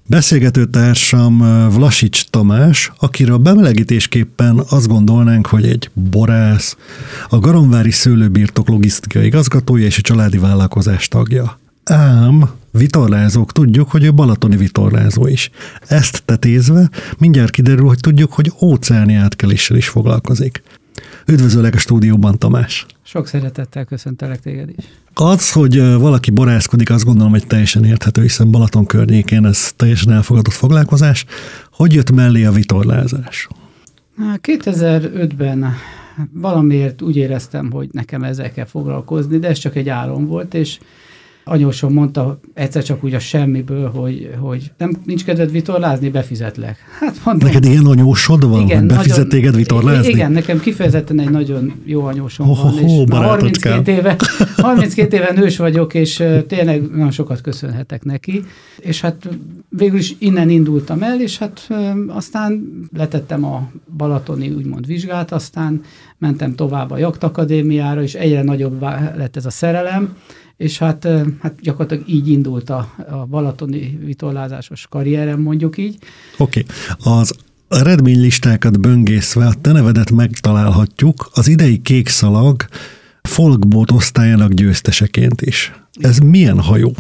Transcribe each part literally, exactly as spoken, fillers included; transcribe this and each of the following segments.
Beszélgető társam Vlasics Tamás, akiről bemelegítésképpen azt gondolnánk, hogy egy borász, a Garamvári Szőlőbirtok logisztikai igazgatója és a családi vállalkozás tagja. Ám vitorlázók tudjuk, hogy ő balatoni vitorlázó is. Ezt tetézve mindjárt kiderül, hogy tudjuk, hogy óceáni átkeléssel is foglalkozik. Üdvözöllek a stúdióban, Tamás! Sok szeretettel köszöntelek téged is. Az, hogy valaki borászkodik, azt gondolom, hogy teljesen érthető, hiszen Balaton környékén ez teljesen elfogadott foglalkozás. Hogy jött mellé a vitorlázás? kétezer-ötben valamiért úgy éreztem, hogy nekem ezzel kell foglalkozni, de ez csak egy álom volt, és anyósom mondta egyszer csak úgy a semmiből, hogy, hogy nem, nincs kedved vitorlázni, befizetlek. Hát mondom, neked ilyen anyósod van, igen, hogy befizet nagyon, téged vitorlázni? Igen, nekem kifejezetten egy nagyon jó anyósom oh, van, oh, és oh, harminckét éve, harminckét éve nős vagyok, és tényleg nagyon sokat köszönhetek neki. És hát végül is innen indultam el, és hát aztán letettem a balatoni úgymond vizsgát, aztán mentem tovább a jaktakadémiára, és egyre nagyobb lett ez a szerelem, és hát, hát gyakorlatilag így indult a, a balatoni vitorlázásos karrierem, mondjuk így. Oké. Okay. Az eredménylistákat böngészve a te nevedet megtalálhatjuk az idei Kék Szalag folkboat osztályának győzteseként is. Ez milyen hajó?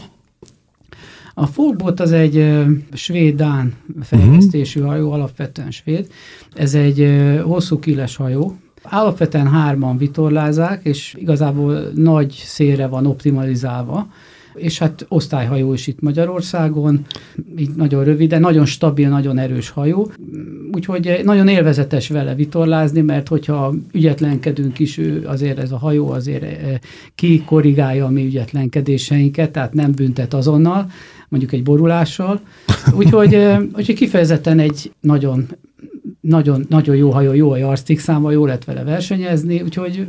A folkboat az egy uh, svéd-dán fejlesztésű uh-huh. hajó, alapvetően svéd. Ez egy uh, hosszú kíles hajó. Alapvetően hárman vitorlázák, és igazából nagy szélre van optimalizálva, és hát osztályhajó is itt Magyarországon, így nagyon röviden, nagyon stabil, nagyon erős hajó, úgyhogy nagyon élvezetes vele vitorlázni, mert hogyha ügyetlenkedünk is, azért ez a hajó azért kikorrigálja a mi ügyetlenkedéseinket, tehát nem büntet azonnal, mondjuk egy borulással, úgyhogy, úgyhogy kifejezetten egy nagyon Nagyon, nagyon jó hajó, jó a arctikszáma, jó lett vele versenyezni, úgyhogy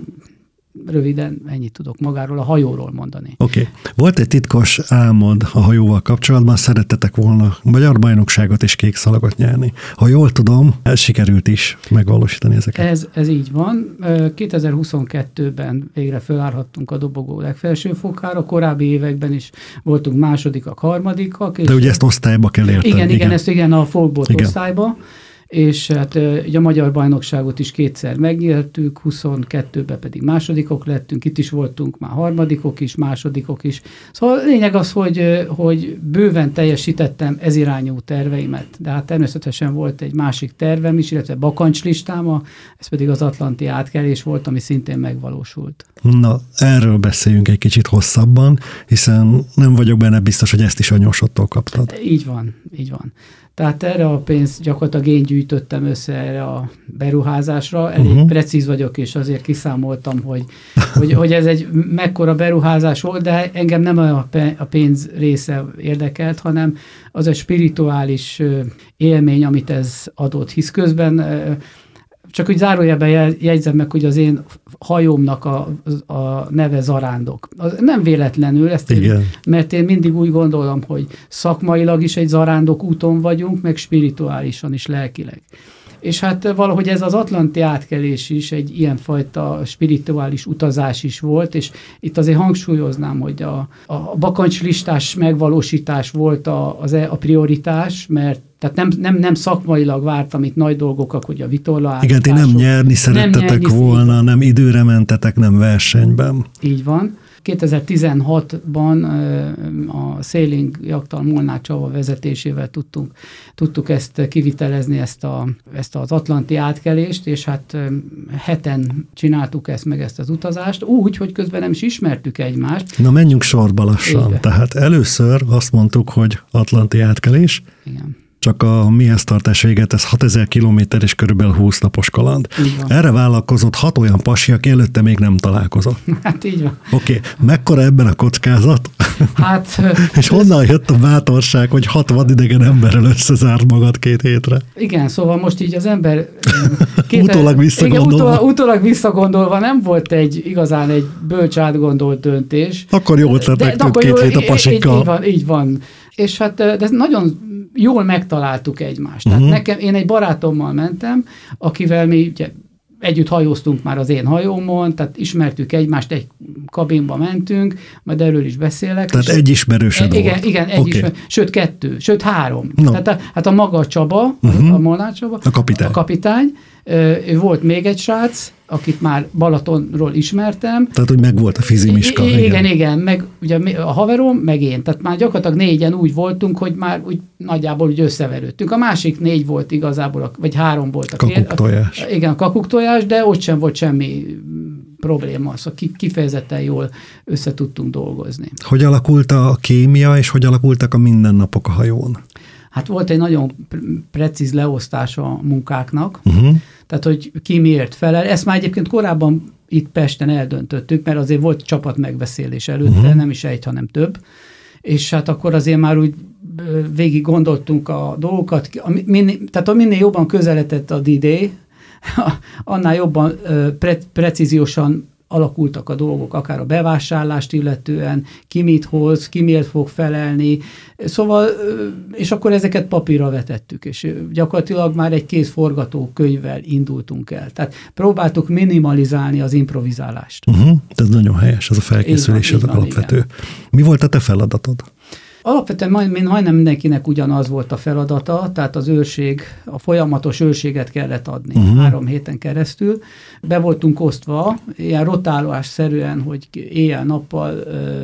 röviden ennyit tudok magáról, a hajóról mondani. Oké. Okay. Volt egy titkos álmod a hajóval kapcsolatban, szerettetek volna magyar bajnokságot és Kék Szalagot nyerni. Ha jól tudom, ez sikerült is megvalósítani ezeket. Ez, ez így van. kétezer-huszonkettőben végre felállhattunk a dobogó legfelső fokára, korábbi években is voltunk másodikak, harmadikak. De ugye ezt osztályba kell érteni. Igen, igen, igen, ezt igen, a folkboat osztályba. És hát ugye a magyar bajnokságot is kétszer megnyertük, huszonkettőben pedig másodikok lettünk, itt is voltunk már harmadikok is, másodikok is. Szóval lényeg az, hogy, hogy bőven teljesítettem ez irányú terveimet, de hát természetesen volt egy másik tervem is, illetve bakancslistám, ez pedig az atlanti átkelés volt, ami szintén megvalósult. Na, erről beszéljünk egy kicsit hosszabban, hiszen nem vagyok benne biztos, hogy ezt is anyósodtól kaptad. Így van, így van. Tehát erre a pénzt gyakorlatilag én gyűjtöttem össze erre a beruházásra. Elég uh-huh. precíz vagyok, és azért kiszámoltam, hogy, hogy, hogy ez egy mekkora beruházás volt, de engem nem a pénz része érdekelt, hanem az a spirituális élmény, amit ez adott. Hisz közben csak úgy zárójelben jegyzem meg, hogy az én hajómnak a, a neve Zarándok. Az nem véletlenül, ezt én, mert én mindig úgy gondolom, hogy szakmailag is egy zarándok úton vagyunk, meg spirituálisan is, lelkileg. És hát valahogy ez az atlanti átkelés is egy ilyenfajta spirituális utazás is volt, és itt azért hangsúlyoznám, hogy a, a bakancslistás megvalósítás volt a, az a prioritás, mert tehát nem, nem, nem szakmailag vártam itt nagy dolgokak, hogy a vitorlaállítások. Igen, ti nem nyerni szerettetek nem nyerni volna, nem időre mentetek, nem versenyben. Így van. kétezer-tizenhatban a Sailing Jaktal Molnár Csaba vezetésével tudtunk, tudtuk ezt kivitelezni, ezt, a, ezt az atlanti átkelést, és hát heten csináltuk ezt meg ezt az utazást, úgy, hogy közben nem is ismertük egymást. Na menjünk sorba lassan. Igen. Tehát először azt mondtuk, hogy atlanti átkelés. Igen. Csak a mihez tartás véget, ez hatezer kilométer és körülbelül húsz napos kaland. Erre vállalkozott hat olyan pasi, aki előtte még nem találkozott. Hát így van. Oké, okay. Mekkora ebben a kockázat? Hát... és honnan jött a bátorság, hogy hat vadidegen emberrel összezárd magad két hétre? Igen, szóval most így az ember... utólag visszagondolva. Igen, utólag, utólag visszagondolva nem volt egy igazán egy bölcs átgondolt döntés. Akkor jó ötletek tűnt két hét a pasikkal. Így van, így van. És hát de nagyon jól megtaláltuk egymást. Tehát uh-huh. nekem, én egy barátommal mentem, akivel mi ugye együtt hajóztunk már az én hajómon, tehát ismertük egymást, egy kabinba mentünk, majd erről is beszélek. Tehát egy ismerősöd igen, volt. Igen, egy okay. ismerős, sőt kettő, sőt három. No. Tehát a, hát a maga Csaba, uh-huh. a Molnár Csaba, a kapitány. A kapitány. Volt még egy srác, akit már Balatonról ismertem. Tehát, hogy meg volt a fizimiska. I- igen, igen, igen, meg ugye a haverom, meg én. Tehát már gyakorlatilag négyen úgy voltunk, hogy már úgy nagyjából úgy összeverődtünk. A másik négy volt igazából, vagy három volt a kakuktojás. A, igen, a kakuktojás, de ott sem volt semmi probléma, szóval kifejezetten jól össze tudtunk dolgozni. Hogy alakult a kémia, és hogy alakultak a mindennapok a hajón? Hát volt egy nagyon precíz leosztás a munkáknak, uh-huh. tehát, hogy ki miért felel. Ezt már egyébként korábban itt Pesten eldöntöttük, mert azért volt csapat megbeszélés előtte, uh-huh. nem is egy, hanem több. És hát akkor azért már úgy végig gondoltunk a dolgokat. Minél, tehát minél jobban közeledett a D-Day, annál jobban pre, precíziósan alakultak a dolgok, akár a bevásárlást illetően, ki mit hoz, ki miért fog felelni. Szóval, és akkor ezeket papírra vetettük, és gyakorlatilag már egy kész forgatókönyvvel indultunk el. Tehát próbáltuk minimalizálni az improvizálást. Uh-huh. Ez nagyon helyes, ez a felkészülés, ez alapvető. Igen. Mi volt a te feladatod? Alapvetően majdnem mindenkinek ugyanaz volt a feladata, tehát az őrség, a folyamatos őrséget kellett adni uh-huh. három héten keresztül. Be voltunk osztva, ilyen rotálásszerűen, hogy éjjel-nappal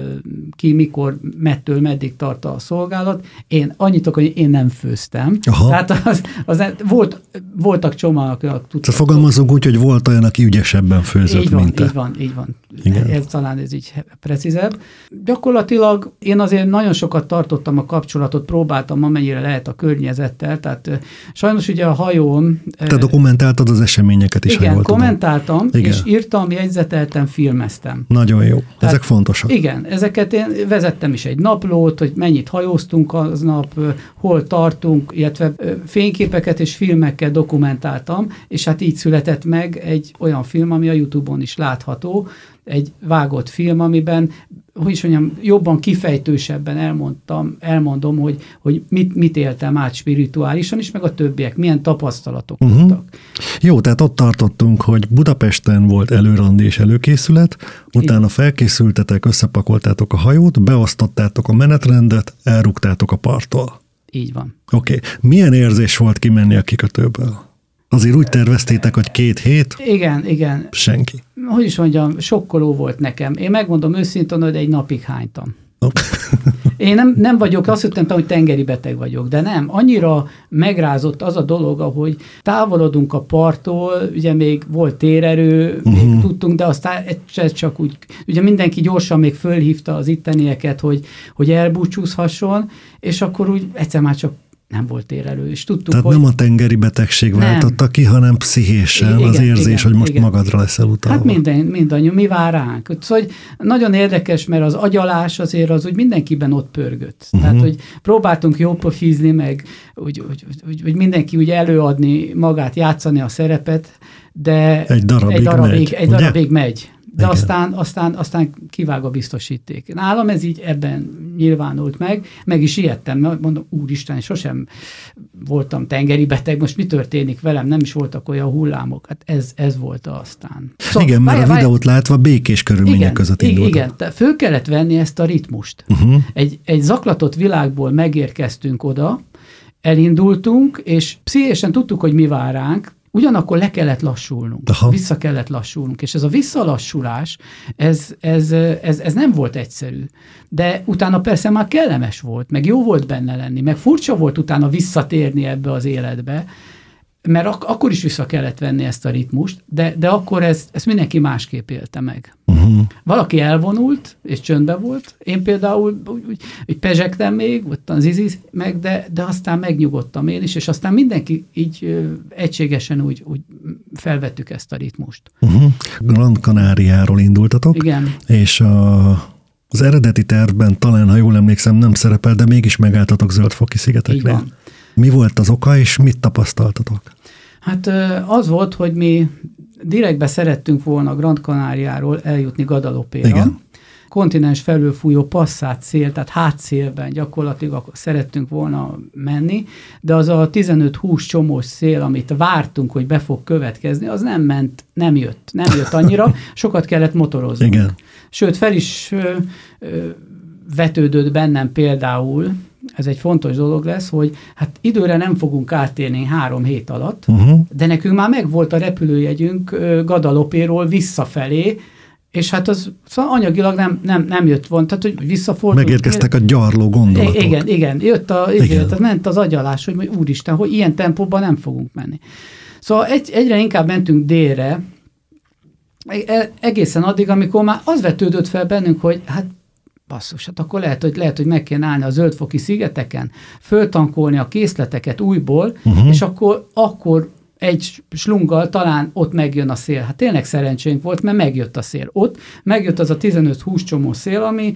ki mikor, mettől meddig tart a szolgálat. Én annyit akarok, hogy én nem főztem. Aha. Tehát az, az, volt, voltak csomagok, tudtak. Szóval fogalmazunk úgy, hogy volt olyan, aki ügyesebben főzött, így van, mint te. Így van, így van. Igen. Ez, talán ez így precízebb. Gyakorlatilag én azért nagyon sokat tartottam a kapcsolatot, próbáltam amennyire lehet a környezettel, tehát sajnos ugye a hajón... Te dokumentáltad az eseményeket is, igen, kommentáltam, igen. És írtam, jegyzeteltem, filmeztem. Nagyon jó. Ezek tehát, fontosak. Igen, ezeket én vezettem is egy naplót, hogy mennyit hajóztunk aznap, hol tartunk, illetve fényképeket és filmekkel dokumentáltam, és hát így született meg egy olyan film, ami a YouTube-on is látható, egy vágott film, amiben, hogy is mondjam, jobban kifejtősebben elmondtam, elmondom, hogy, hogy mit, mit éltem át spirituálisan is, meg a többiek, milyen tapasztalatok uh-huh. voltak. Jó, tehát ott tartottunk, hogy Budapesten volt előrandi és előkészület, utána felkészültetek, összepakoltátok a hajót, beosztottátok a menetrendet, elrúgtátok a parttól. Így van. Oké. Okay. Milyen érzés volt kimenni a kikötőből? Azért úgy terveztétek, hogy két hét? Igen, igen. Senki. Hogy is mondjam, sokkoló volt nekem. Én megmondom őszintén, hogy egy napig hánytam. Én nem, nem vagyok, azt hittem, hogy tengeri beteg vagyok, de nem. Annyira megrázott az a dolog, ahogy távolodunk a parttól, ugye még volt térerő, uh-huh. még tudtunk, de aztán ez csak úgy, ugye mindenki gyorsan még fölhívta az ittenieket, hogy, hogy elbúcsúzhasson, és akkor úgy egyszer már csak nem volt térelő, és tudtuk, tehát hogy... nem a tengeri betegség váltotta ki, hanem pszichésen igen, az érzés, igen, hogy most igen. magadra leszel utalva. Hát minden, mindannyian, mi vár ránk. Szóval nagyon érdekes, mert az agyalás azért az úgy mindenkiben ott pörgött. Uh-huh. Tehát, hogy próbáltunk jól pofizni, meg hogy, hogy, hogy, hogy mindenki úgy előadni magát, játszani a szerepet, de egy darabig, egy darabig megy. Egy darabig megy. De igen. aztán, aztán, aztán kivág a biztosíték. Nálam ez így ebben nyilvánult meg, meg is ijedtem, mondom, úristen, sosem voltam tengeri beteg, most mi történik velem, nem is voltak olyan hullámok. Hát ez, ez volt aztán. Szóval, igen, mert várj, a videót várj, látva békés körülmények igen, között indultak. Igen, tehát föl kellett venni ezt a ritmust. Uh-huh. Egy, egy zaklatott világból megérkeztünk oda, elindultunk, és pszichésen tudtuk, hogy mi vár ránk, ugyanakkor le kellett lassulnunk, aha. vissza kellett lassulnunk, és ez a visszalassulás, ez, ez, ez, ez nem volt egyszerű. De utána persze már kellemes volt, meg jó volt benne lenni, meg furcsa volt utána visszatérni ebbe az életbe, mert ak- akkor is vissza kellett venni ezt a ritmust, de, de akkor ez, ezt mindenki másképp élte meg. Uh-huh. Valaki elvonult, és csöndben volt. Én például úgy, úgy, úgy pezsegtem még, ott az izi meg, de, de aztán megnyugodtam én is, és aztán mindenki így ö, egységesen úgy, úgy felvettük ezt a ritmust. Uh-huh. Gran Canariáról indultatok. Igen. És a, az eredeti tervben talán, ha jól emlékszem, nem szerepel, de mégis megálltatok Zöld-foki szigeteknél. Így van. Mi volt az oka, és mit tapasztaltatok? Hát az volt, hogy mi direktbe szerettünk volna Gran Canariáról eljutni Guadeloupe-ra, kontinens felül fújó passzát szél, tehát hátszélben gyakorlatilag akkor szerettünk volna menni, de az a tizenöt-húsz csomós szél, amit vártunk, hogy be fog következni, az nem ment, nem jött, nem jött annyira, sokat kellett motorozni. Igen. Sőt, fel is ö, ö, vetődött bennem például, ez egy fontos dolog lesz, hogy hát időre nem fogunk átérni három hét alatt, uh-huh. de nekünk már megvolt a repülőjegyünk Guadeloupe-ról visszafelé, és hát az szóval anyagilag nem, nem, nem jött volna, tehát hogy visszafordult. Megérkeztek a gyarló gondolatok. Igen, igen, jött a, igen. Tehát ment az agyalás, hogy úristen, hogy ilyen tempóban nem fogunk menni. Szóval egy, egyre inkább mentünk délre, egészen addig, amikor már az vetődött fel bennünk, hogy hát basszus, hát akkor lehet, hogy, lehet, hogy meg kéne állni a Zöld-foki szigeteken, föltankolni a készleteket újból, uh-huh. és akkor, akkor egy slunggal talán ott megjön a szél. Hát tényleg szerencsénk volt, mert megjött a szél. Ott megjött az a tizenöt-húsz csomó szél, ami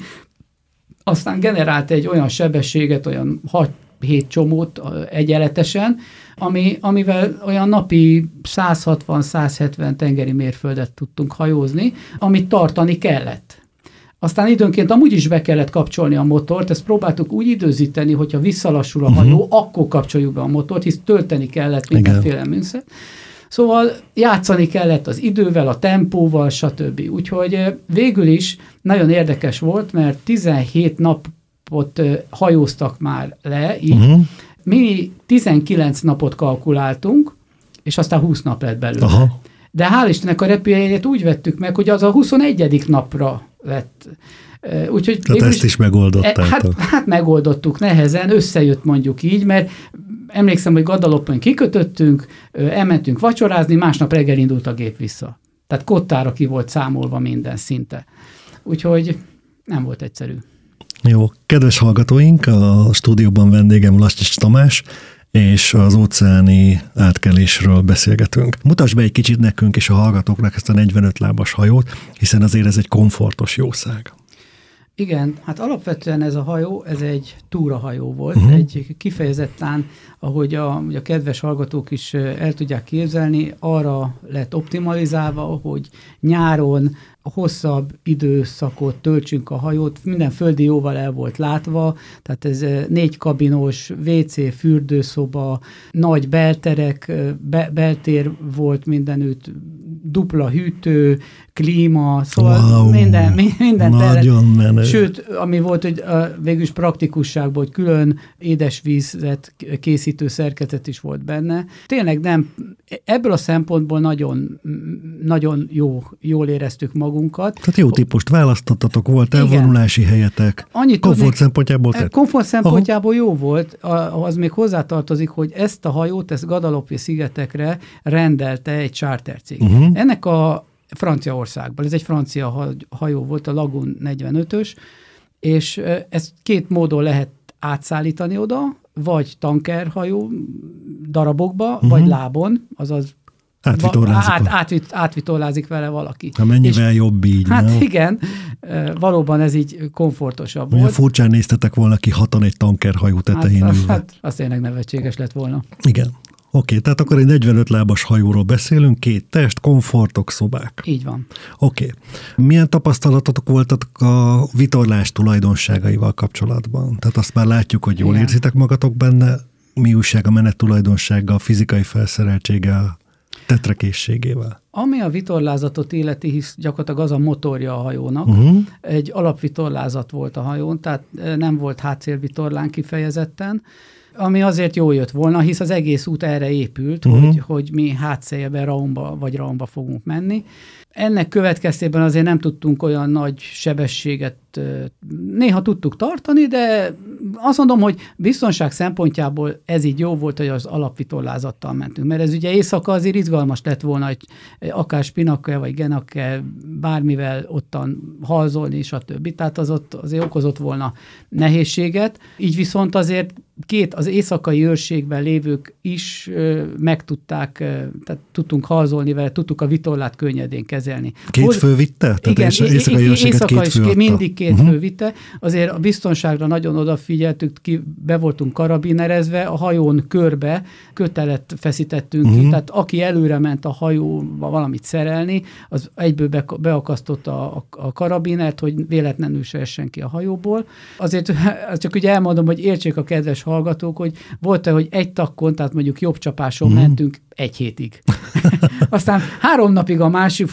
aztán generált egy olyan sebességet, olyan hat-hét csomót egyenletesen, ami, amivel olyan napi száz hatvan száz hetven tengeri mérföldet tudtunk hajózni, amit tartani kellett. Aztán időnként amúgy is be kellett kapcsolni a motort, ezt próbáltuk úgy időzíteni, hogyha visszalassul a hajó, uh-huh. akkor kapcsoljuk be a motort, hisz tölteni kellett mindenféle műszert. Szóval játszani kellett az idővel, a tempóval, stb. Úgyhogy végül is nagyon érdekes volt, mert tizenhét napot hajóztak már le, így. Uh-huh. Mi tizenkilenc napot kalkuláltunk, és aztán húsz nap lett belőle. Aha. De hál' Istennek a repülőjegyet úgy vettük meg, hogy az a huszonegyedik napra lett. Úgyhogy Tehát ezt is, is megoldottátok. Hát, hát megoldottuk nehezen, összejött mondjuk így, mert emlékszem, hogy Guadeloupe-on kikötöttünk, elmentünk vacsorázni, másnap reggel indult a gép vissza. Tehát kottára ki volt számolva minden szinte. Úgyhogy nem volt egyszerű. Jó, kedves hallgatóink, a stúdióban vendégem Lastic Tamás, és az óceáni átkelésről beszélgetünk. Mutasd be egy kicsit nekünk és a hallgatóknak ezt a negyvenöt lábas hajót, hiszen azért ez egy komfortos jószág. Igen, hát alapvetően ez a hajó, ez egy túrahajó volt, uh-huh. egy kifejezetten, ahogy a, a kedves hallgatók is el tudják képzelni, arra lett optimalizálva, hogy nyáron hosszabb időszakot töltsünk a hajót, minden földi jóval el volt látva, tehát ez négy kabinos, vé cé, fürdőszoba, nagy belterek, be, beltér volt mindenütt, dupla hűtő, klíma, szóval wow, minden, minden nagyon menő. Sőt, ami volt, hogy végülis praktikusságban, hogy külön édesvízet készítő szerkezet is volt benne. Tényleg nem, ebből a szempontból nagyon, nagyon jó, jól éreztük magunkat. Tehát jó típust választottatok, volt elvonulási helyetek. Annyit komfort tudnék, szempontjából tett? Komfort szempontjából Aha. jó volt, az még hozzátartozik, hogy ezt a hajót, ezt Guadeloupe szigetekre rendelte egy chartercég. Uh-huh. Ennek a Franciaországban, ez egy francia hajó volt, a Lagoon negyvenötös, és ezt két módon lehet átszállítani oda, vagy tankerhajó darabokba, uh-huh. vagy lábon, azaz átvitorlázik, át, át, átvitorlázik vele valaki. Ha mennyivel és, jobb így. Hát nem? Igen, valóban ez így komfortosabb Olyan volt. furcsán néztetek volna ki hatan egy tankerhajó tetején hát, ülve. Hát az tényleg nevetséges lett volna. Igen. Oké, tehát akkor egy negyvenöt lábas hajóról beszélünk, két test, komfortok, szobák. Így van. Oké. Milyen tapasztalatotok voltatok a vitorlás tulajdonságaival kapcsolatban? Tehát azt már látjuk, hogy jól Igen. érzitek magatok benne, mi újság a menet tulajdonsággal, a fizikai felszereltséggel, tetrekészségével? Ami a vitorlázatot illeti, hisz gyakorlatilag az a motorja a hajónak. Uh-huh. Egy alapvitorlázat volt a hajón, tehát nem volt hátszélvitorlán kifejezetten, ami azért jól jött volna, hisz az egész út erre épült, uh-huh. hogy, hogy mi hátszélbe, raumba vagy raumba fogunk menni. Ennek következtében azért nem tudtunk olyan nagy sebességet, néha tudtuk tartani, de azt mondom, hogy biztonság szempontjából ez így jó volt, hogy az alapvitorlázattal mentünk, mert ez ugye éjszaka azért izgalmas lett volna, hogy akár spinakkel vagy genakkel bármivel ottan halzolni, stb. Tehát az ott azért okozott volna nehézséget, így viszont azért két az éjszakai őrségben lévők is ö, meg tudták, ö, tehát tudtunk halzolni vele, tudtuk a vitorlát könnyedén kezelni. kezelni. Két fő vitte? Igen, éjszakai éjszaka két is fő mindig két uh-huh. fő vitte. Azért a biztonságra nagyon odafigyeltük, ki, be voltunk karabinerezve, a hajón körbe kötelet feszítettünk uh-huh. ki, tehát aki előre ment a hajóba valamit szerelni, az egyből be, beakasztotta a, a karabinert, hogy véletlenül se essen ki a hajóból. Azért csak ugye elmondom, hogy értsék a kedves hallgatók, hogy volt-e, hogy egy takkon, tehát mondjuk jobb csapáson uh-huh. mentünk egy hétig. Aztán három napig a másik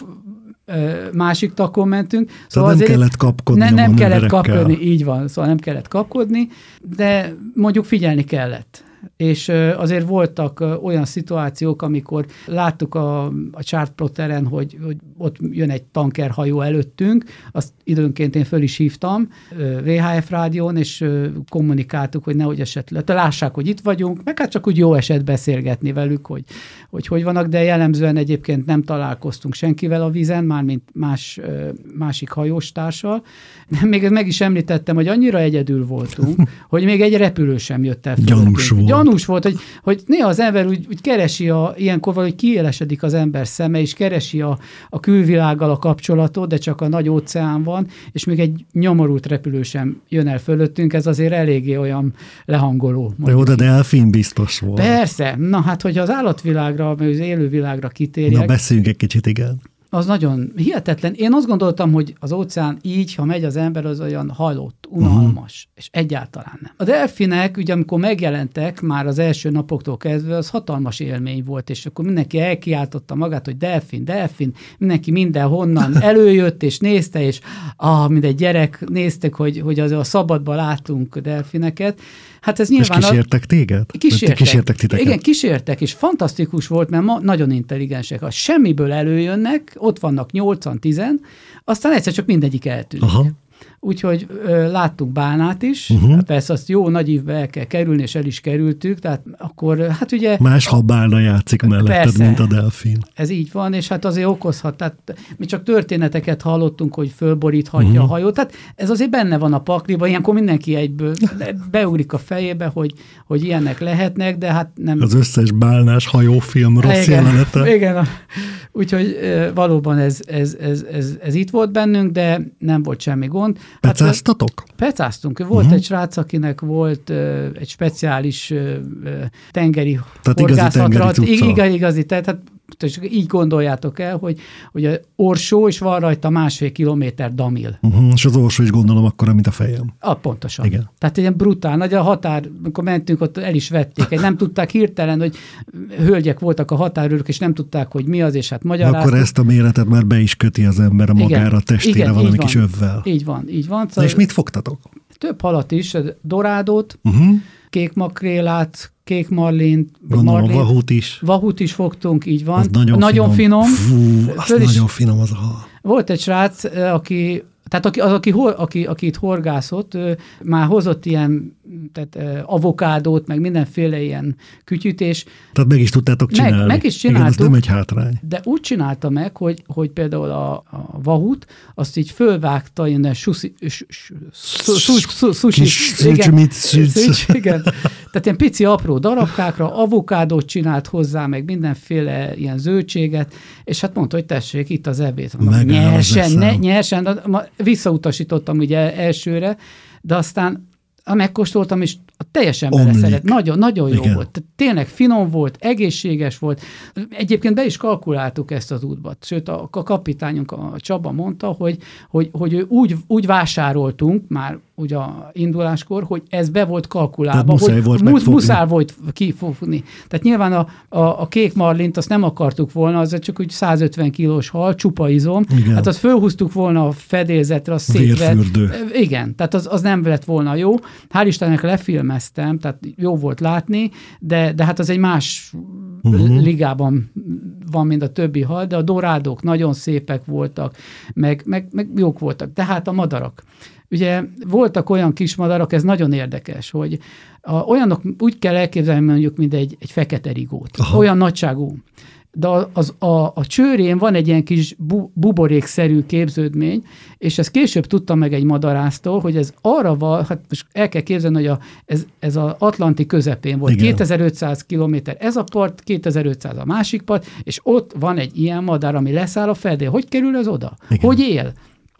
másik takon mentünk. Szóval nem kellett kapkodni. Ne, nem kellett kapkodni, így van, szóval nem kellett kapkodni, de mondjuk figyelni kellett. És azért voltak olyan szituációk, amikor láttuk a, a chartplotteren, hogy, hogy ott jön egy tankerhajó előttünk, azt időnként én föl is hívtam vé há ef rádión, és kommunikáltuk, hogy nehogy esetleg, lássák, hogy itt vagyunk, meg hát csak úgy jó eset beszélgetni velük, hogy, hogy hogy vannak, de jellemzően egyébként nem találkoztunk senkivel a vízen, mármint más, másik hajóstársal. Még meg is említettem, hogy annyira egyedül voltunk, hogy még egy repülő sem jött el. Gyanús volt. Gyanús volt, hogy, hogy néha az ember úgy, úgy keresi, a, ilyenkor valahogy kiélesedik az ember szeme, és keresi a, a külvilággal a kapcsolatot, de csak a nagy óceán van, és még egy nyomorult repülő sem jön el fölöttünk, ez azért eléggé olyan lehangoló. De oda delfin biztos volt. Persze, na hát, hogy az állatvilágra, az élővilágra kitérjek. Na beszéljünk egy kicsit, igen. Az nagyon hihetetlen. Én azt gondoltam, hogy az óceán így, ha megy az ember, az olyan hajlott, unalmas, uh-huh. és egyáltalán nem. A delfinek, ugye amikor megjelentek már az első napoktól kezdve, az hatalmas élmény volt, és akkor mindenki elkiáltotta magát, hogy delfin, delfin, mindenki mindenhonnan előjött, és nézte, és ah, mint egy gyerek néztek, hogy, hogy az a szabadban látunk delfineket. Hát ez nyilván és kísértek téged? Kísértek. kísértek titeket? Igen, kísértek, és fantasztikus volt, mert ma nagyon intelligensek. A semmiből előjönnek, ott vannak nyolcan, tizen, aztán egyszer csak mindegyik eltűnik. Aha. Úgyhogy ö, láttuk bálnát is, uh-huh. persze azt jó nagy ívbe el kell kerülni, és el is kerültük, tehát akkor hát ugye... Más, ha bálna játszik melletted, persze, mint a delfin. Ez így van, és hát azért okozhat, tehát mi csak történeteket hallottunk, hogy fölboríthatja uh-huh. a hajót, tehát ez azért benne van a pakliban, ilyenkor mindenki egyből beugrik a fejébe, hogy, hogy ilyenek lehetnek, de hát nem... Az összes bálnás hajófilm rossz igen, jelenete. Igen, a, úgyhogy valóban ez, ez, ez, ez, ez itt volt bennünk, de nem volt semmi gond. Pecáztatok? Hát, pecáztunk. Volt uh-huh. egy srác, akinek volt uh, egy speciális uh, tengeri tehát horgászatra. Igazi tengeri igazi, igazi, tehát így gondoljátok el, hogy, hogy a orsó, és van rajta másfél kilométer damil. Uh-huh. És az orsó is gondolom akkora, mint a fejem. Ah, pontosan. Igen. Tehát ilyen brutál, nagy a határ, amikor mentünk, ott el is vették. Nem tudták hirtelen, hogy hölgyek voltak a határőrök, és nem tudták, hogy mi az, és hát magyaráztuk. Akkor ezt a méretet már be is köti az ember a magára, igen, a testére igen, valami kis övvel. Így van, így van. Szóval és mit fogtatok? Több halat is, dorádót, uh-huh. kék makrélát, kék marlint, gondolom marlint, vahút is. Vahút is fogtunk, így van. Az nagyon, nagyon finom. finom. Fú, az nagyon is, finom az a hal. Volt egy srác, aki, tehát aki, az, aki, aki, aki itt horgászott, már hozott ilyen tehát, avokádót, meg mindenféle ilyen kütyüt, és tehát meg is tudtátok csinálni. Meg, meg is csináltuk. Igen, ez nem egy hátrány. De úgy csinálta meg, hogy, hogy például a, a vahút, azt így fölvágta ilyen sushi, sushi, igen, tehát ilyen pici apró darabkákra, avokádót csinált hozzá, meg mindenféle ilyen zöldséget, és hát mondta, hogy tessék, itt az ebéd. Nyersen, ne, nyersen, visszautasítottam ugye elsőre, de aztán megkóstoltam, és teljesen beleszeret. Nagyon, nagyon jó igen. volt. Tehát tényleg finom volt, egészséges volt. Egyébként be is kalkuláltuk ezt az útbat. Sőt, a, a kapitányunk, a Csaba mondta, hogy, hogy, hogy úgy, úgy vásároltunk már ugye a induláskor, hogy ez be volt kalkulálva, muszáj hogy volt musz, muszáj volt kifogni. Tehát nyilván a, a, a kék marlint azt nem akartuk volna, az csak úgy százötven kilós hal, csupa izom. Igen. Hát azt fölhúztuk volna a fedélzetre, az szétvett. Igen, tehát az, az nem lett volna jó. Hál' Istennek lefilmeztem, tehát jó volt látni, de, de hát az egy más uh-huh. ligában van, mint a többi hal, de a dorádok nagyon szépek voltak, meg, meg, meg jók voltak. Tehát a madarak. Ugye voltak olyan kismadarak, ez nagyon érdekes, hogy a, olyanok úgy kell elképzelni mondjuk, mint egy, egy fekete rigót. Aha. Olyan nagyságú. de az, a, a csőrén van egy ilyen kis bu, buborékszerű képződmény, és ezt később tudtam meg egy madarásztól, hogy ez arra van, hát most el kell képzelni, hogy a, ez, ez az Atlanti közepén volt. Igen. kétezer-ötszáz kilométer ez a part, kétezer-ötszáz a másik part, és ott van egy ilyen madár, ami leszáll a feldén. Hogy kerül ez oda? Igen. Hogy él?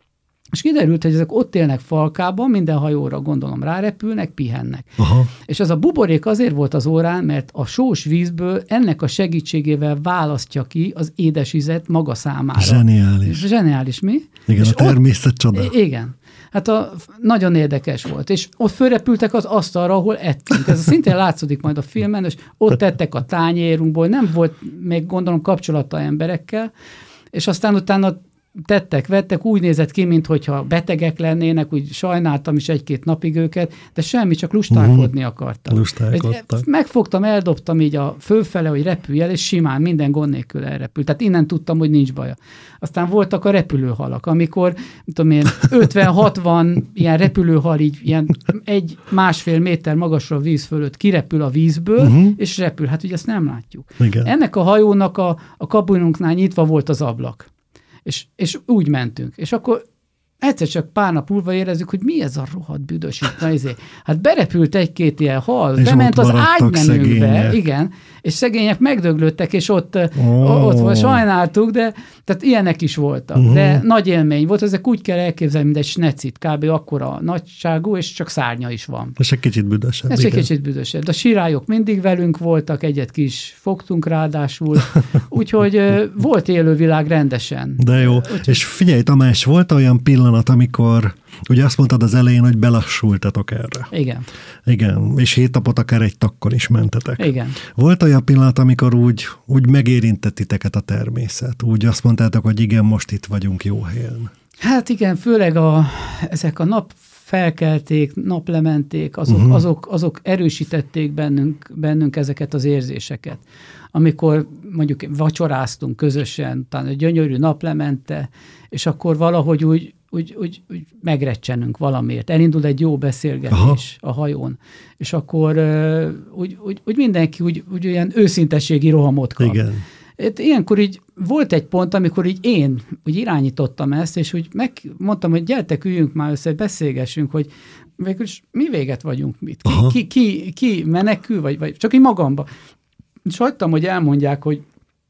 És kiderült, hogy ezek ott élnek falkában, minden hajóra gondolom rárepülnek, pihennek. Aha. És az a buborék azért volt az órán, mert a sós vízből ennek a segítségével választja ki az édesvizet maga számára. Zseniális. Zseniális, mi? Igen, és a természet csoda. Igen. Hát a, nagyon érdekes volt. És ott fölrepültek az asztalra, ahol ettünk. Ez szintén látszódik majd a filmen, és ott tettek a tányérunkból, nem volt még gondolom kapcsolata emberekkel, és aztán utána tettek, vettek, úgy nézett ki, minthogyha betegek lennének, úgy sajnáltam is egy-két napig őket, de semmi, csak lustálkodni akartam. Lustálkodtak. Megfogtam, eldobtam így a fölfele, hogy repülj el, és simán, minden gond nélkül elrepült. Tehát innen tudtam, hogy nincs baja. Aztán voltak a repülőhalak, amikor, tudom én, ötven-hatvan ilyen repülőhal így ilyen egy másfél méter magasra a víz fölött kirepül a vízből, uh-huh. és repül. Hát ugye ezt nem látjuk. Igen. Ennek a hajónak a, a kabinunknál nyitva volt az ablak. És, és úgy mentünk. És akkor egyszer csak pár nap múlva érezzük, hogy mi ez a rohadt büdös itt. Izé. Hát berepült egy-két ilyen hal, és bement az ágymenünkbe, igen, és szegények megdöglődtek, és ott, oh. ott volt, sajnáltuk, de tehát ilyenek is voltak. Uh-huh. De nagy élmény volt, ezek úgy kell elképzelni, mint egy snecit, kb. Akkora nagyságú, és csak szárnya is van. És egy kicsit büdösebb. Ez egy kicsit büdösebb. De a sirályok mindig velünk voltak, egyet ki is fogtunk ráadásul, úgyhogy volt élővilág rendesen. De jó. Úgyhogy... És figyelj, Tamás, volt olyan pillanat, amikor ugye azt mondtad az elején, hogy belassultatok erre. Igen. Igen, és hét napot akár egy takkon is mentetek. Igen. Volt olyan pillanat, amikor úgy, úgy megérintett titeket a természet? Úgy azt mondtátok, hogy igen, most itt vagyunk jó helyen. Hát igen, főleg a, ezek a nap felkelték, naplementék, azok, uh-huh. azok, azok erősítették bennünk, bennünk ezeket az érzéseket. Amikor mondjuk vacsoráztunk közösen, utána egy gyönyörű naplemente, és akkor valahogy úgy, úgy, úgy, úgy megrecsenünk valamiért. Elindul egy jó beszélgetés Aha. a hajón, és akkor uh, úgy, úgy, úgy mindenki úgy, úgy olyan őszintességi rohamot kap. Igen. Itt ilyenkor így volt egy pont, amikor így én úgy irányítottam ezt, és úgy megmondtam, hogy gyertek, üljünk már össze, beszélgessünk, hogy végülis mi véget vagyunk mit. Ki, ki, ki, ki menekül, vagy, vagy csak így magamba. És hagytam, hogy elmondják, hogy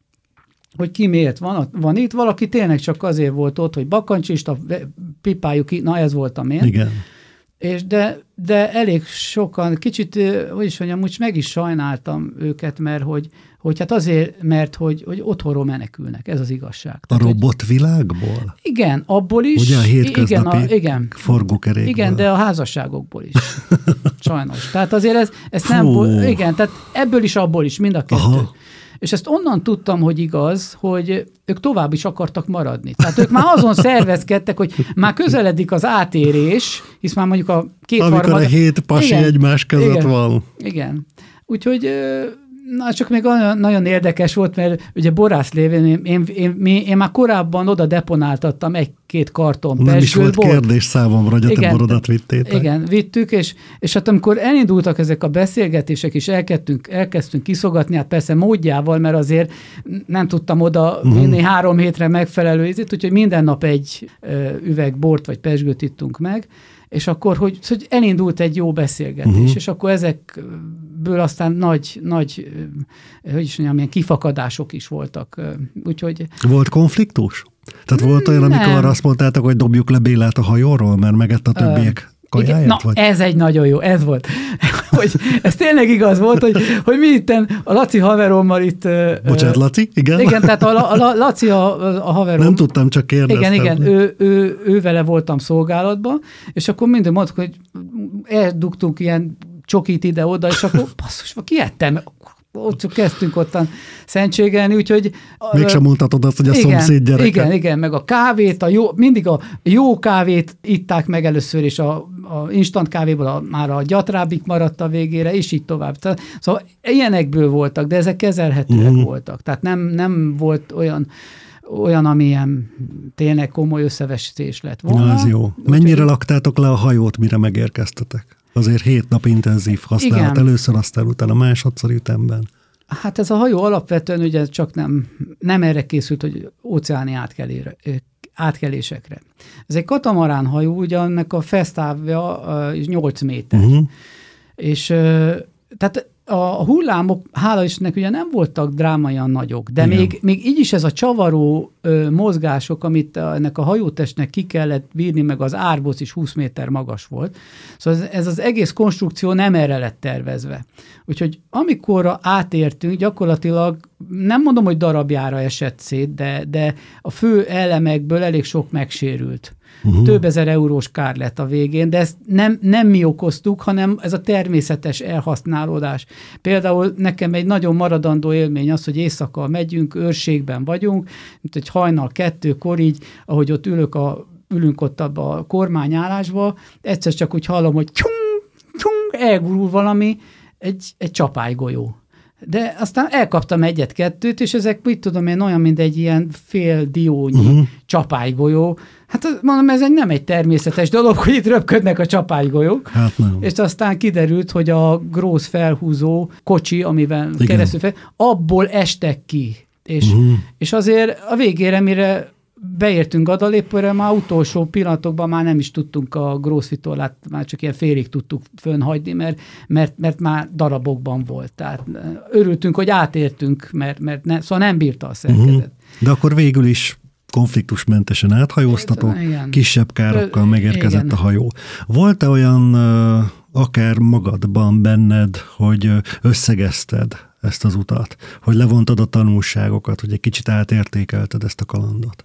hogy ki miért van, van itt. Valaki tényleg csak azért volt ott, hogy bakancsista, pipáljuk ki, na ez voltam én. Igen. És de, de elég sokan, kicsit, hogy is mondjam, úgy meg is sajnáltam őket, mert hogy, hogy hát azért, mert hogy, hogy otthonról menekülnek, ez az igazság. A Tehát, robotvilágból? Igen, abból is. Ugye a hétköznapi igen, a, igen, forgókerékből. Igen, de a házasságokból is. Sajnos. Tehát azért ez, ez nem volt, igen, tehát ebből is, abból is, mind a kettő. Aha. És ezt onnan tudtam, hogy igaz, hogy ők tovább is akartak maradni. Tehát ők már azon szervezkedtek, hogy már közeledik az átérés, hisz már mondjuk a két Amikor harmad... a hét pasi igen, egymás között igen, van. Igen. Úgyhogy na, csak még nagyon érdekes volt, mert ugye borász lévén én, én, én, én már korábban oda deponáltattam egy-két karton Nem is volt bor. Kérdés számomra, hogy a te borodat vittétek. Igen, vittük, és, és hát amikor elindultak ezek a beszélgetések, és elkezdtünk, elkezdtünk kiszogatni, hát persze módjával, mert azért nem tudtam oda uh-huh. vinni három hétre megfelelő ízét, úgyhogy minden nap egy ö, üveg bort vagy pezsgőt ittunk meg, és akkor, hogy, hogy elindult egy jó beszélgetés, uh-huh. és akkor ezekből aztán nagy, nagy, hogy is mondjam, ilyen kifakadások is voltak. Úgyhogy... Volt konfliktus? Tehát volt olyan, nem. amikor azt mondtátok, hogy dobjuk le Bélát a hajóról, mert megett a többiek kajáját? Igen, na, vagy? Ez egy nagyon jó, ez volt. hogy ez tényleg igaz volt, hogy, hogy mi itten a Laci haverommal itt... Bocsánat, Laci, igen? Igen, tehát a, a Laci a, a haverom... Nem tudtam, csak kérdeztem. Igen, igen, ő, ő, ő vele voltam szolgálatban, és akkor minden mondtuk, hogy eldugtunk ilyen csokit ide-oda, és akkor basszus, kiettem, ott csak kezdtünk ottan szentségelni, úgyhogy... Mégsem mondhatod azt, hogy a igen, szomszéd gyereke. Igen, igen, meg a kávét, a jó, mindig a jó kávét itták meg először, és a, a instant kávéból a, már a gyatrábbik maradt a végére, és így tovább. Tehát, szóval ilyenekből voltak, de ezek kezelhetőek uh-huh. voltak. Tehát nem, nem volt olyan, olyan, amilyen tényleg komoly összevesztés lett volna. Na, ez jó. Mennyire úgy, laktátok le a hajót, mire megérkeztetek? Azért hét nap intenzív használat. Igen. Először, aztán utána másodszor ütemben. Hát ez a hajó alapvetően ugye csak nem, nem erre készült, hogy óceáni átkelére, átkelésekre. Ez egy katamarán hajó, ugye annak a fesztávja nyolc méter. Uh-huh. És tehát a hullámok, hála Istennek, ugye nem voltak drámaian nagyok, de még, még így is ez a csavaró ö, mozgások, amit a, ennek a hajótestnek ki kellett bírni, meg az árboc is húsz méter magas volt. Szóval ez, ez az egész konstrukció nem erre lett tervezve. Úgyhogy amikor átértünk, gyakorlatilag nem mondom, hogy darabjára esett szét, de, de a fő elemekből elég sok megsérült. Uh-huh. Több ezer eurós kár lett a végén, de ezt nem, nem mi okoztuk, hanem ez a természetes elhasználódás. Például nekem egy nagyon maradandó élmény az, hogy éjszaka megyünk, őrségben vagyunk, mint egy hajnal kettőkor így, ahogy ott ülök a, ülünk ott abba a kormányállásba, egyszer csak úgy hallom, hogy tyung, tyung, elgurul valami, egy, egy csapálygolyó. De aztán elkaptam egyet-kettőt, és ezek, mit tudom én, olyan, mint egy ilyen fél diónyi uh-huh. csapálygolyó. Hát mondom, ez egy, nem egy természetes dolog, hogy itt röpködnek a csapálygolyók. Hát nem. És aztán kiderült, hogy a grósz felhúzó kocsi, amivel Igen. keresztül fel, abból estek ki. És, uh-huh. és azért a végére, mire beértünk Gadalépőre, már utolsó pillanatokban már nem is tudtunk a grószvitorlát, már csak ilyen félig tudtuk fönnhagyni, mert, mert, mert már darabokban volt. Tehát örültünk, hogy átértünk, mert, mert ne, szóval nem bírta a szerkezet. Uh-huh. De akkor végül is konfliktusmentesen áthajóztatok, kisebb károkkal megérkezett Igen. a hajó. Volt-e olyan akár magadban benned, hogy összegezted ezt az utat, hogy levontad a tanulságokat, hogy egy kicsit átértékelted ezt a kalandot?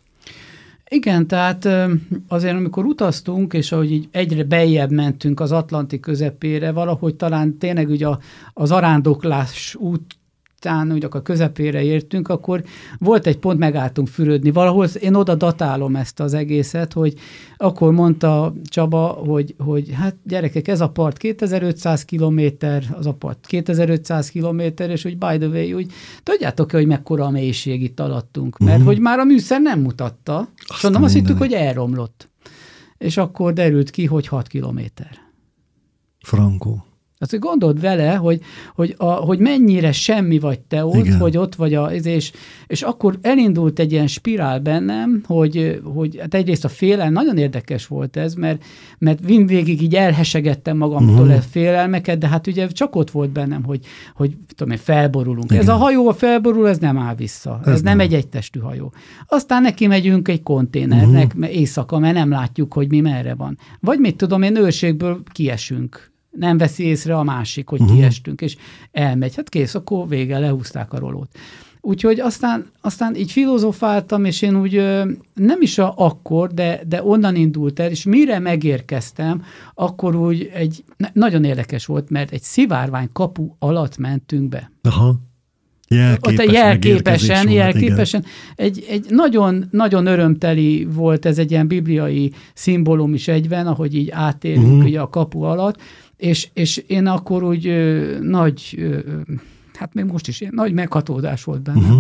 Igen, tehát azért amikor utaztunk, és ahogy így egyre beljebb mentünk az Atlanti közepére, valahogy talán tényleg ugye a, az arándoklás út után, ugye a közepére értünk, akkor volt egy pont, megálltunk fürödni. Valahol én oda datálom ezt az egészet, hogy akkor mondta Csaba, hogy, hogy hát gyerekek, ez a part kétezer-ötszáz kilométer, az a part kétezer-ötszáz kilométer, és hogy by the way, úgy tudjátok, hogy mekkora a mélység itt alattunk, mert uh-huh. hogy már a műszer nem mutatta, és mondom, azt hittük, hogy elromlott. És akkor derült ki, hogy hat kilométer. Frankó. Azt, hogy gondold vele, hogy, hogy, a, hogy mennyire semmi vagy te ott, Igen. hogy ott vagy, a, és, és akkor elindult egy ilyen spirál bennem, hogy, hogy hát egyrészt a félelem, nagyon érdekes volt ez, mert, mert mindvégig így elhesegettem magamtól uh-huh. félelmeket, de hát ugye csak ott volt bennem, hogy, hogy tudom én, felborulunk. Igen. Ez a hajó, a felborul, ez nem áll vissza. Ez, ez nem, nem egy egytestű hajó. Aztán neki megyünk egy konténernek uh-huh. éjszaka, mert nem látjuk, hogy mi merre van. Vagy mit tudom én, őrségből kiesünk. Nem veszi észre a másik, hogy uh-huh. kiestünk, és elmegy. Hát kész, akkor vége, lehúzták a rolót. Úgyhogy aztán, aztán így filozofáltam, és én úgy nem is a, akkor, de, de onnan indult el, és mire megérkeztem, akkor úgy egy, nagyon érdekes volt, mert egy szivárvány kapu alatt mentünk be. Aha. Jelképes ott jelképesen, volt, jelképesen. Egy, egy nagyon, nagyon örömteli volt, ez egy ilyen bibliai szimbólum is egyben, ahogy így átérünk uh-huh. ugye a kapu alatt, és, és én akkor úgy ö, nagy, ö, hát még most is nagy meghatódás volt bennem. Uh-huh.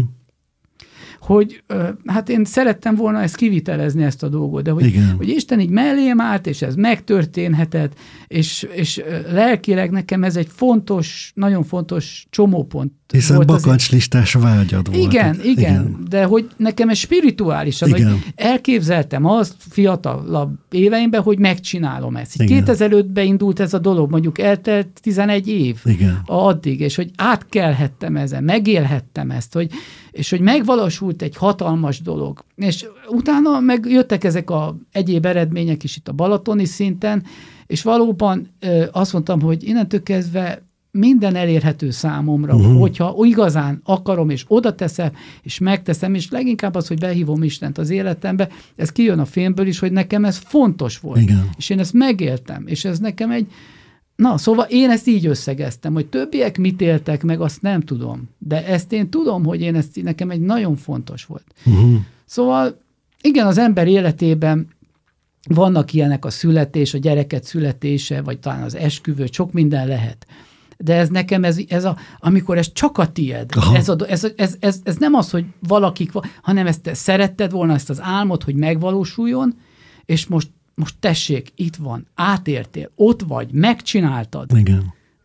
Hogy ö, hát én szerettem volna ezt kivitelezni, ezt a dolgot, de hogy, hogy Isten így mellém állt, és ez megtörténhetett, és, és lelkileg nekem ez egy fontos, nagyon fontos csomópont. Hiszen bakancslistás vágyad volt. Igen, igen, igen, de hogy nekem ez spirituálisan, igen. hogy elképzeltem azt fiatalabb éveimben, hogy megcsinálom ezt. kétezer-ötben indult ez a dolog, mondjuk eltelt tizenegy év igen. addig, és hogy átkelhettem ezen, megélhettem ezt, hogy, és hogy megvalósult egy hatalmas dolog. És utána meg jöttek ezek az egyéb eredmények is itt a balatoni szinten, és valóban ö, azt mondtam, hogy innentől kezdve minden elérhető számomra, uh-huh. hogyha igazán akarom, és oda teszem, és megteszem, és leginkább az, hogy behívom Istent az életembe, ez kijön a filmből is, hogy nekem ez fontos volt. Igen. És én ezt megéltem, és ez nekem egy, na, szóval én ezt így összegeztem, hogy többiek mit éltek meg, azt nem tudom, de ezt én tudom, hogy én ezt, nekem egy nagyon fontos volt. Uh-huh. Szóval igen, az ember életében vannak ilyenek a születés, a gyereket születése, vagy talán az esküvő, sok minden lehet. De ez nekem, ez, ez a, amikor ez csak a tied, ez, a, ez, ez, ez, ez nem az, hogy valakik, hanem ezt te szeretted volna, ezt az álmot, hogy megvalósuljon, és most, most tessék, itt van, átértél, ott vagy, megcsináltad. Igen.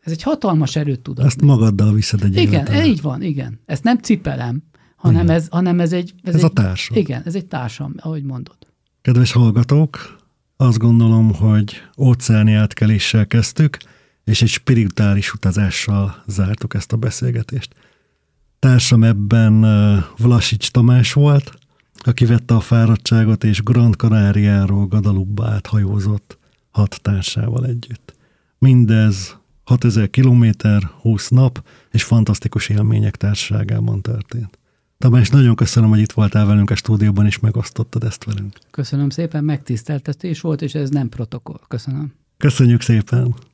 Ez egy hatalmas erőt tud adni. Ezt magaddal viszed egy Igen, életre. így van, igen. Ezt nem cipelem, hanem ez, hanem ez egy... Ez, ez egy, a társam. Igen, ez egy társam, ahogy mondod. Kedves hallgatók, azt gondolom, hogy óceáni átkeléssel kezdtük, és egy spirituális utazással zártuk ezt a beszélgetést. Társam ebben Vlasics Tamás volt, aki vette a fáradtságot, és Grand Canáriáról Guadeloupe át hajózott hat társával együtt. Mindez hatezer kilométer, húsz nap, és fantasztikus élmények társaságában történt. Tamás, nagyon köszönöm, hogy itt voltál velünk a stúdióban, és megosztottad ezt velünk. Köszönöm szépen, megtiszteltetés volt, és ez nem protokoll. Köszönöm. Köszönjük szépen!